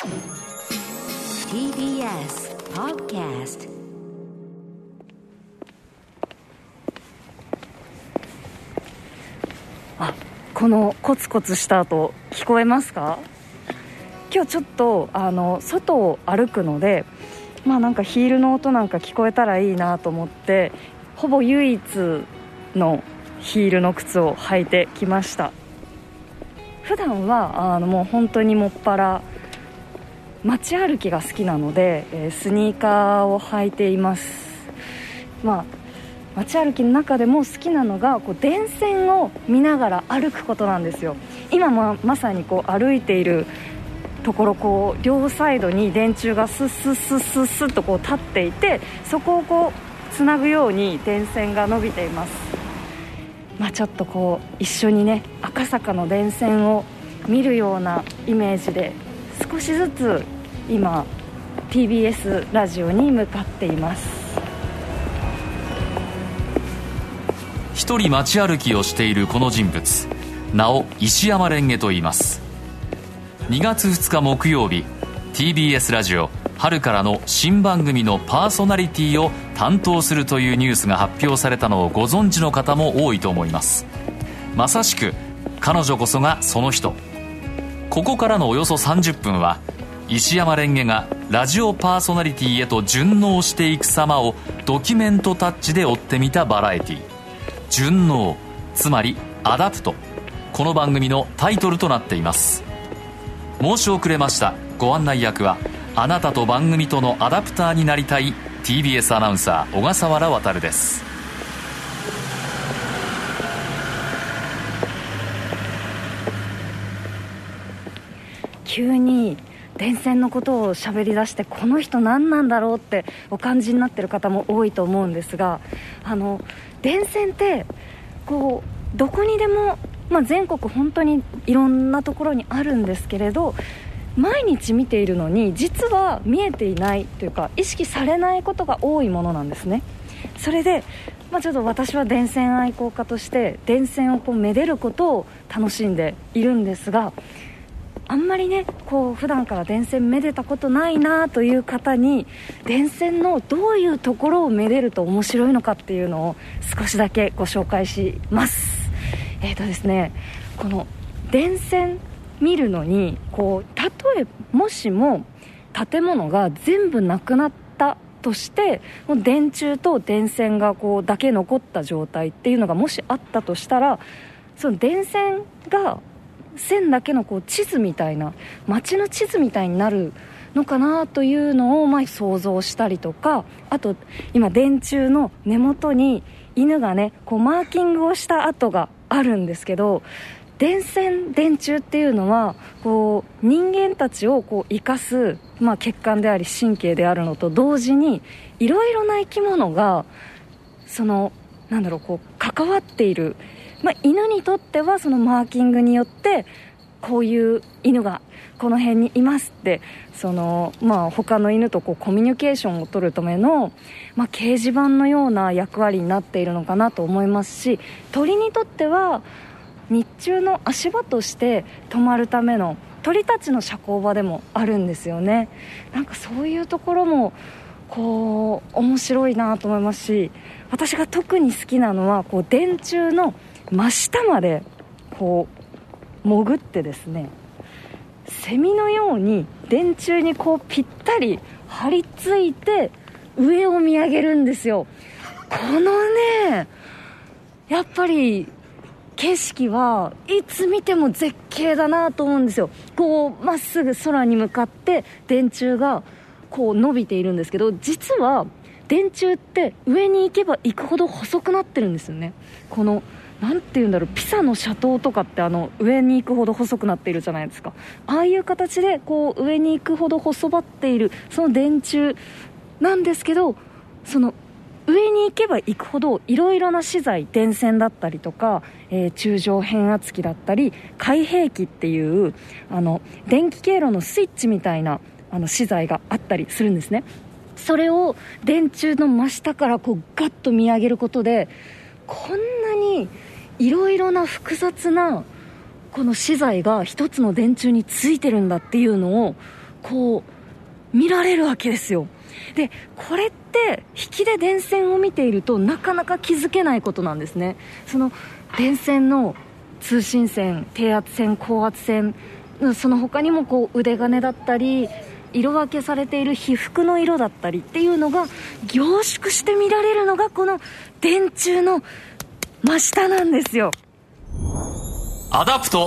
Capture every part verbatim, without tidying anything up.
ティービーエス Podcast。 あ、このコツコツした音聞こえますか？今日ちょっとあの外を歩くので、まあなんかヒールの音なんか聞こえたらいいなと思って、ほぼ唯一のヒールの靴を履いてきました。普段はあのもう本当にもっぱら街歩きが好きなので、えー、スニーカーを履いています。まあ街歩きの中でも好きなのがこう電線を見ながら歩くことなんですよ。今ままさにこう歩いているところ、こう両サイドに電柱がスッスッスッスッスッとこう立っていて、そこをこうつなぐように電線が伸びています。まあ、ちょっとこう一緒にね赤坂の電線を見るようなイメージで少しずつ今 ティービーエス ラジオに向かっています。 一人街歩きをしているこの人物、名を石山レンゲと言います。にがつふつか木曜日、 ティービーエス ラジオ春からの新番組のパーソナリティを担当するというニュースが発表されたのをご存知の方も多いと思います。まさしく彼女こそがその人。ここからのおよそさんじゅっぷんは石山レンゲがラジオパーソナリティへと順応していく様をドキュメントタッチで追ってみたバラエティ。順応、つまりアダプト、この番組のタイトルとなっています。申し遅れました。ご案内役はあなたと番組とのアダプターになりたい ティービーエス アナウンサー小笠原渉です。 急に電線のことを喋り出して、この人何なんだろうってお感じになってる方も多いと思うんですが、あの電線ってこうどこにでも、まあ、全国本当にいろんなところにあるんですけれど、毎日見ているのに実は見えていないというか意識されないことが多いものなんですね。それで、まあ、ちょっと私は電線愛好家として電線をこうめでることを楽しんでいるんですが、あんまりねこう普段から電線めでたことないなという方に、電線のどういうところをめでると面白いのかっていうのを少しだけご紹介します。えーとですねこの電線見るのに、こう例えもしも建物が全部なくなったとして、もう電柱と電線がこうだけ残った状態っていうのがもしあったとしたら、その電線が線だけのこう地図みたいな、街の地図みたいになるのかなというのをまあ想像したりとか、あと今電柱の根元に犬がねこうマーキングをした跡があるんですけど、電線電柱っていうのはこう人間たちをこう生かす、まあ、血管であり神経であるのと同時に、いろいろな生き物がそのなんだろうこう関わっている。まあ、犬にとってはそのマーキングによってこういう犬がこの辺にいますって、その、まあ、他の犬とこうコミュニケーションを取るための、まあ、掲示板のような役割になっているのかなと思いますし、鳥にとっては日中の足場として止まるための鳥たちの社交場でもあるんですよね。なんかそういうところもこう面白いなと思いますし、私が特に好きなのはこう電柱の真下までこう潜ってですね、セミのように電柱にこうぴったり張り付いて上を見上げるんですよ。このねやっぱり景色はいつ見ても絶景だなと思うんですよ。こうまっすぐ空に向かって電柱がこう伸びているんですけど、実は電柱って上に行けば行くほど細くなってるんですよね。このなんていうんだろう、ピサの斜塔とかってあの上に行くほど細くなっているじゃないですか。ああいう形でこう上に行くほど細ばっているその電柱なんですけど、その上に行けば行くほどいろいろな資材、電線だったりとか、えー、中上変圧器だったり開閉器っていうあの電気経路のスイッチみたいなあの資材があったりするんですね。それを電柱の真下からこうガッと見上げることで、こんなにいろいろな複雑なこの資材が一つの電柱についてるんだっていうのをこう見られるわけですよ。でこれって引きで電線を見ているとなかなか気づけないことなんですね。その電線の通信線、低圧線、高圧線、その他にもこう腕金だったり色分けされている被覆の色だったりっていうのが凝縮して見られるのがこの電柱の真下なんですよ。 アダプト。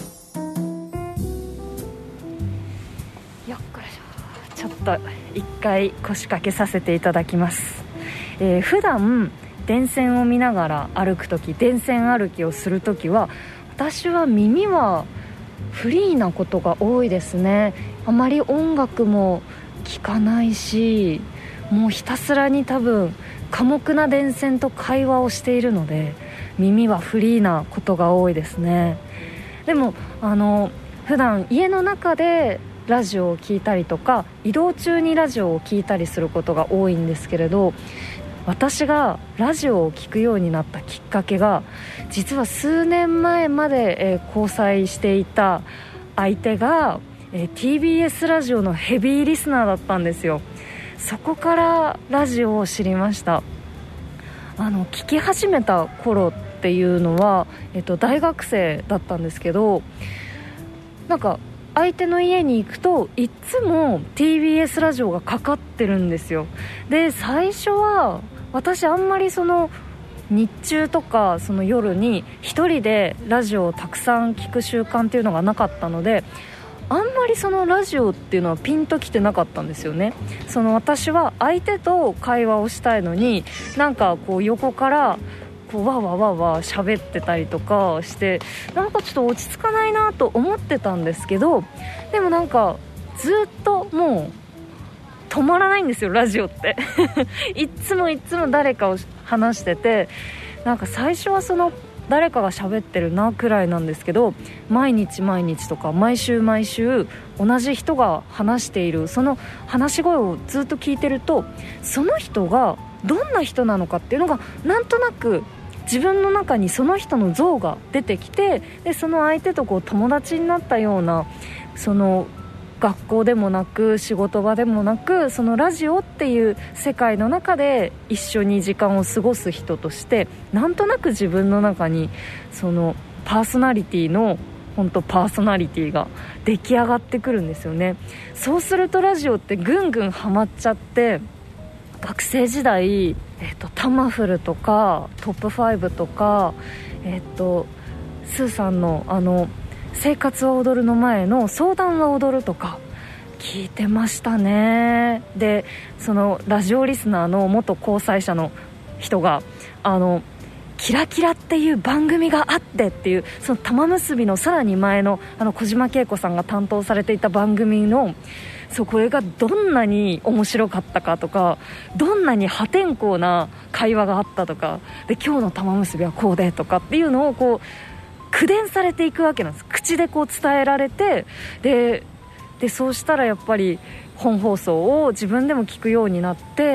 よっこいしょ。ちょっと一回腰掛けさせていただきます。えー、普段電線を見ながら歩くとき、電線歩きをするときは私は耳はフリーなことが多いですね。あまり音楽も聴かないし、もうひたすらに多分寡黙な電線と会話をしているので耳はフリーなことが多いですね。でもあの普段家の中でラジオを聴いたりとか移動中にラジオを聴いたりすることが多いんですけれど、私がラジオを聴くようになったきっかけが実は数年前まで、えー、交際していた相手が、えー、ティービーエス ラジオのヘビーリスナーだったんですよ。そこからラジオを知りました。あの聞き始めた頃っていうのは、えー、と大学生だったんですけど、なんか相手の家に行くといつも ティービーエス ラジオがかかってるんですよ。で最初は私あんまりその日中とかその夜に一人でラジオをたくさん聞く習慣っていうのがなかったので、あんまりそのラジオっていうのはピンときてなかったんですよね。その私は相手と会話をしたいのになんかこう横からこうわわわわ喋ってたりとかして、なんかちょっと落ち着かないなと思ってたんですけど、でもなんかずっともう止まらないんですよラジオっていつもいつも誰かを話してて、なんか最初はその誰かが喋ってるなくらいなんですけど、毎日毎日とか毎週毎週同じ人が話しているその話し声をずっと聞いてると、その人がどんな人なのかっていうのがなんとなく自分の中にその人の像が出てきて、でその相手とこう友達になったような、その学校でもなく仕事場でもなく、そのラジオっていう世界の中で一緒に時間を過ごす人として、なんとなく自分の中にそのパーソナリティの本当パーソナリティが出来上がってくるんですよね。そうするとラジオってぐんぐんハマっちゃって、学生時代、えー、とタマフルとかトップファイブとか、えー、とスーさんのあの生活は踊るの前の相談は踊るとか聞いてましたね。でそのラジオリスナーの元交際者の人があのキラキラっていう番組があってっていう、その玉結びのさらに前のあの小島恵子さんが担当されていた番組の、そうこれがどんなに面白かったかとか、どんなに破天荒な会話があったとかで、今日の玉結びはこうでとかっていうのをこう口伝されていくわけなんです。口でこう伝えられて、ででそうしたらやっぱり本放送を自分でも聞くようになって、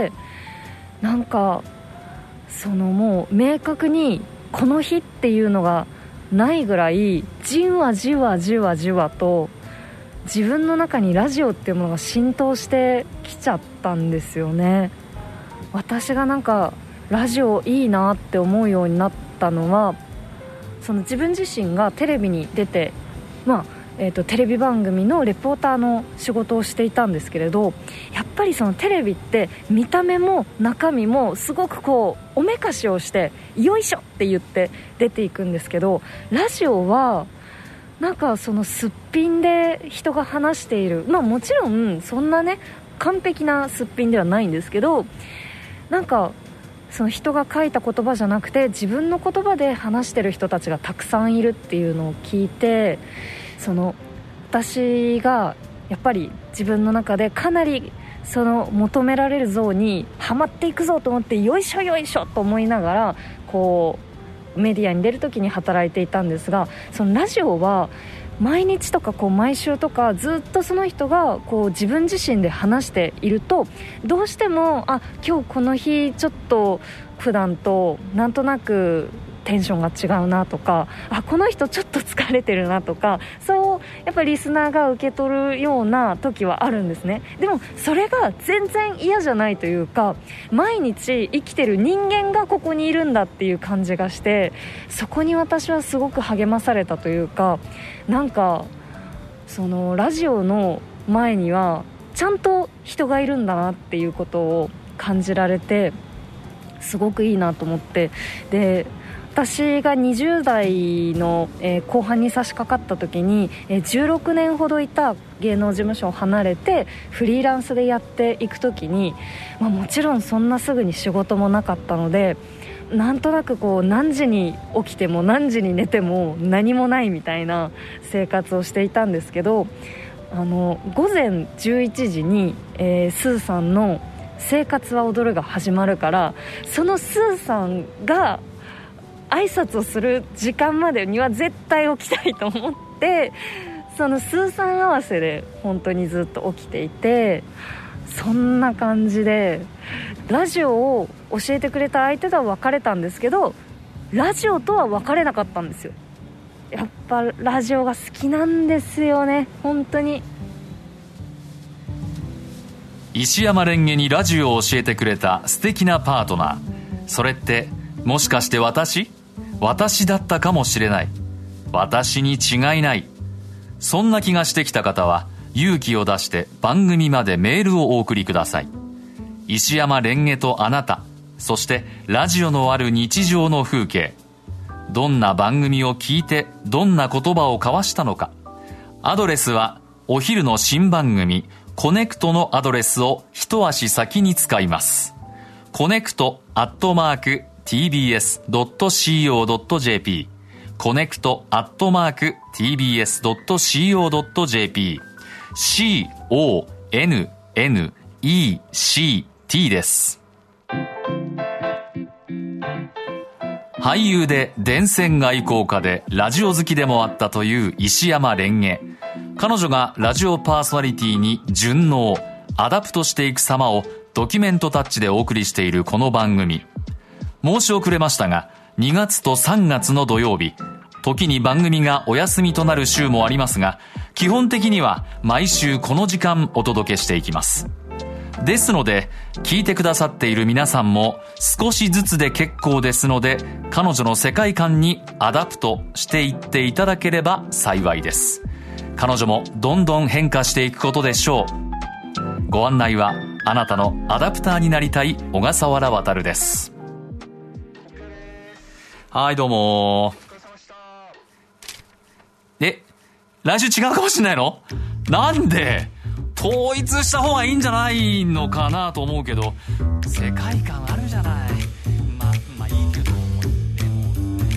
なんかそのもう明確にこの日っていうのがないぐらいじわじわじわじわと自分の中にラジオっていうものが浸透してきちゃったんですよね。私がなんかラジオいいなって思うようになったのは、その自分自身がテレビに出て、まあえーと、テレビ番組のレポーターの仕事をしていたんですけれど、やっぱりそのテレビって見た目も中身もすごくこうおめかしをしてよいしょって言って出ていくんですけど、ラジオはなんかそのすっぴんで人が話している、まあもちろんそんなね完璧なすっぴんではないんですけど、なんかその人が書いた言葉じゃなくて自分の言葉で話してる人たちがたくさんいるっていうのを聞いて、その私がやっぱり自分の中でかなりその求められる像にはまっていくぞと思って、よいしょよいしょと思いながらこうメディアに出るときに働いていたんですが、そのラジオは毎日とかこう毎週とかずっとその人がこう自分自身で話していると、どうしてもあ今日この日ちょっと普段となんとなくテンションが違うなとか、あこの人ちょっと疲れてるなとか、そうやっぱりリスナーが受け取るような時はあるんですね。でもそれが全然嫌じゃないというか、毎日生きてる人間がここにいるんだっていう感じがして、そこに私はすごく励まされたというか、なんかそのラジオの前にはちゃんと人がいるんだなっていうことを感じられて、すごくいいなと思って、で私がにじゅう代の、えー、後半に差し掛かった時に、えー、じゅうろくねんほどいた芸能事務所を離れてフリーランスでやっていく時に、まあ、もちろんそんなすぐに仕事もなかったので、なんとなくこう何時に起きても何時に寝ても何もないみたいな生活をしていたんですけど、あの午前じゅういちじに、えー、スーさんの生活は踊るが始まるから、そのスーさんが挨拶をする時間までには絶対起きたいと思って、そのスーさん合わせで本当にずっと起きていて、そんな感じでラジオを教えてくれた相手とは別れたんですけど、ラジオとは別れなかったんですよ。やっぱラジオが好きなんですよね、本当に。 石山レンゲにラジオを教えてくれた素敵なパートナー、それってもしかして私私だったかもしれない、私に違いない、そんな気がしてきた方は勇気を出して番組までメールをお送りください。石山レンゲとあなた、そしてラジオのある日常の風景、どんな番組を聞いてどんな言葉を交わしたのか。アドレスはお昼の新番組コネクトのアドレスを一足先に使います。コネクトアットマーク ティービーエスドットシーオードットジェーピー コネクトアットマーク ティービーエスドットシーオードットジェーピー シーオーエヌエヌイーシーティー です。俳優で電線愛好家でラジオ好きでもあったという石山レンゲ。彼女がラジオパーソナリティに順応アダプトしていく様をドキュメントタッチでお送りしているこの番組、申し遅れましたがにがつとさんがつの土曜日、時に番組がお休みとなる週もありますが、基本的には毎週この時間お届けしていきます。ですので聞いてくださっている皆さんも少しずつで結構ですので、彼女の世界観にアダプトしていっていただければ幸いです。彼女もどんどん変化していくことでしょう。ご案内はあなたのアダプターになりたい小笠原渉です。はい、どうも。え、来週違うかもしれないの？なんで？統一した方がいいんじゃないのかなと思うけど、世界観あるじゃない。ま、まあいいけど、でもね、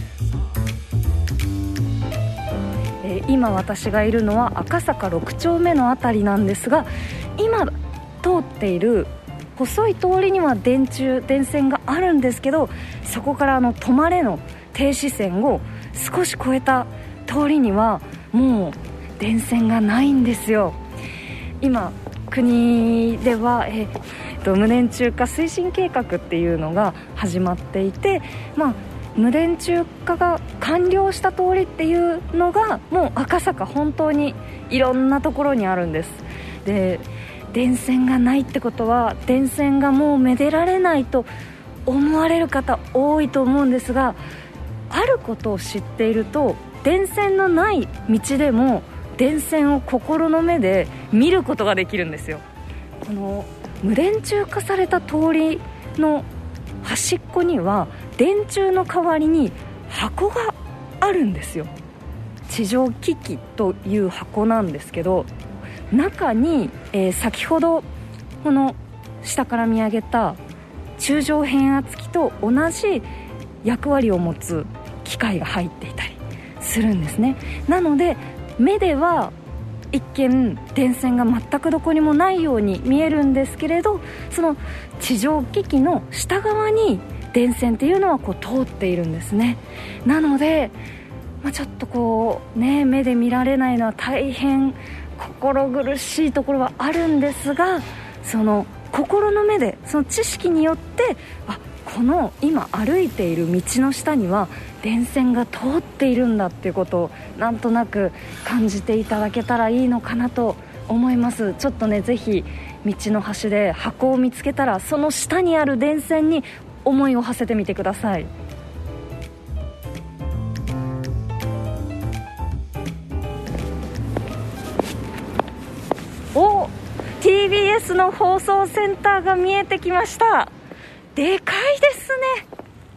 えー、今私がいるのは赤坂ろく丁目のあたりなんですが、今通っている細い通りには電柱電線があるんですけど、そこからあの止まれの停止線を少し越えた通りにはもう電線がないんですよ。今国では、えー、と無電柱化推進計画っていうのが始まっていて、まあ、無電柱化が完了した通りっていうのがもう赤坂本当にいろんなところにあるんです。で、電線がないってことは電線がもうめでられないと思われる方多いと思うんですが、あることを知っていると電線のない道でも電線を心の目で見ることができるんですよ。この無電柱化された通りの端っこには電柱の代わりに箱があるんですよ。地上機器という箱なんですけど、中に、えー、先ほどこの下から見上げた中上変圧器と同じ役割を持つ機械が入っていたりするんですね。なので目では一見電線が全くどこにもないように見えるんですけれど、その地上機器の下側に電線っていうのはこう通っているんですね。なので、まあ、ちょっとこうね目で見られないのは大変心苦しいところはあるんですが、その心の目でその知識によって、あ、 この今歩いている道の下には電線が通っているんだっていうことをなんとなく感じていただけたらいいのかなと思います。ちょっとね、ぜひ道の端で箱を見つけたらその下にある電線に思いを馳せてみてください。お、ティービーエス の放送センターが見えてきました。でかいですね。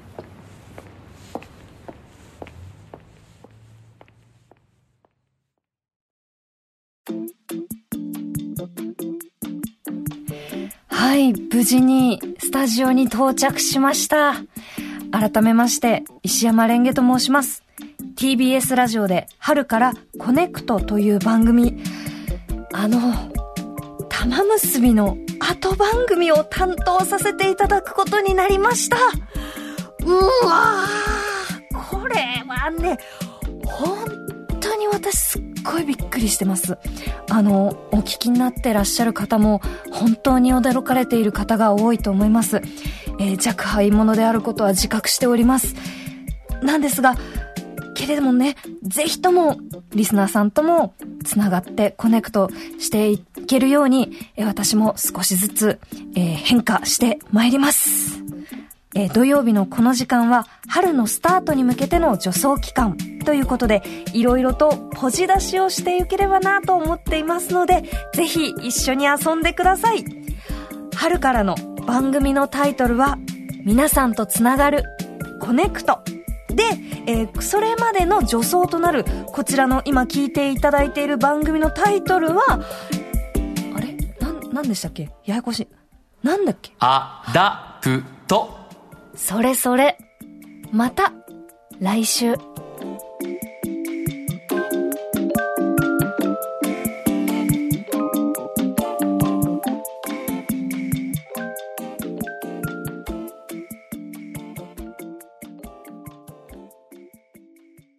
はい、無事にスタジオに到着しました。改めまして石山レンゲと申します。 ティービーエス ラジオで春からコネクトという番組、あの玉結びの後番組を担当させていただくことになりました。うわー、これはね、本当に私すっごいびっくりしてます。あのお聞きになってらっしゃる方も本当に驚かれている方が多いと思います。えー、若輩者であることは自覚しております。なんですがけれどもね、ぜひともリスナーさんともつながってコネクトしていけるように、えー、私も少しずつ、えー、変化してまいります。えー、土曜日のこの時間は春のスタートに向けての助走期間ということで、いろいろとポジ出しをしていければなと思っていますので、ぜひ一緒に遊んでください。春からの番組のタイトルは皆さんとつながるコネクトで、えー、それまでの助走となるこちらの今聞いていただいている番組のタイトルはあれなん、なんでしたっけ、ややこしい、なんだっけ、 アダプト。 それそれ、また来週。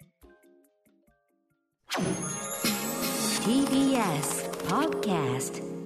ティービーエス Podcast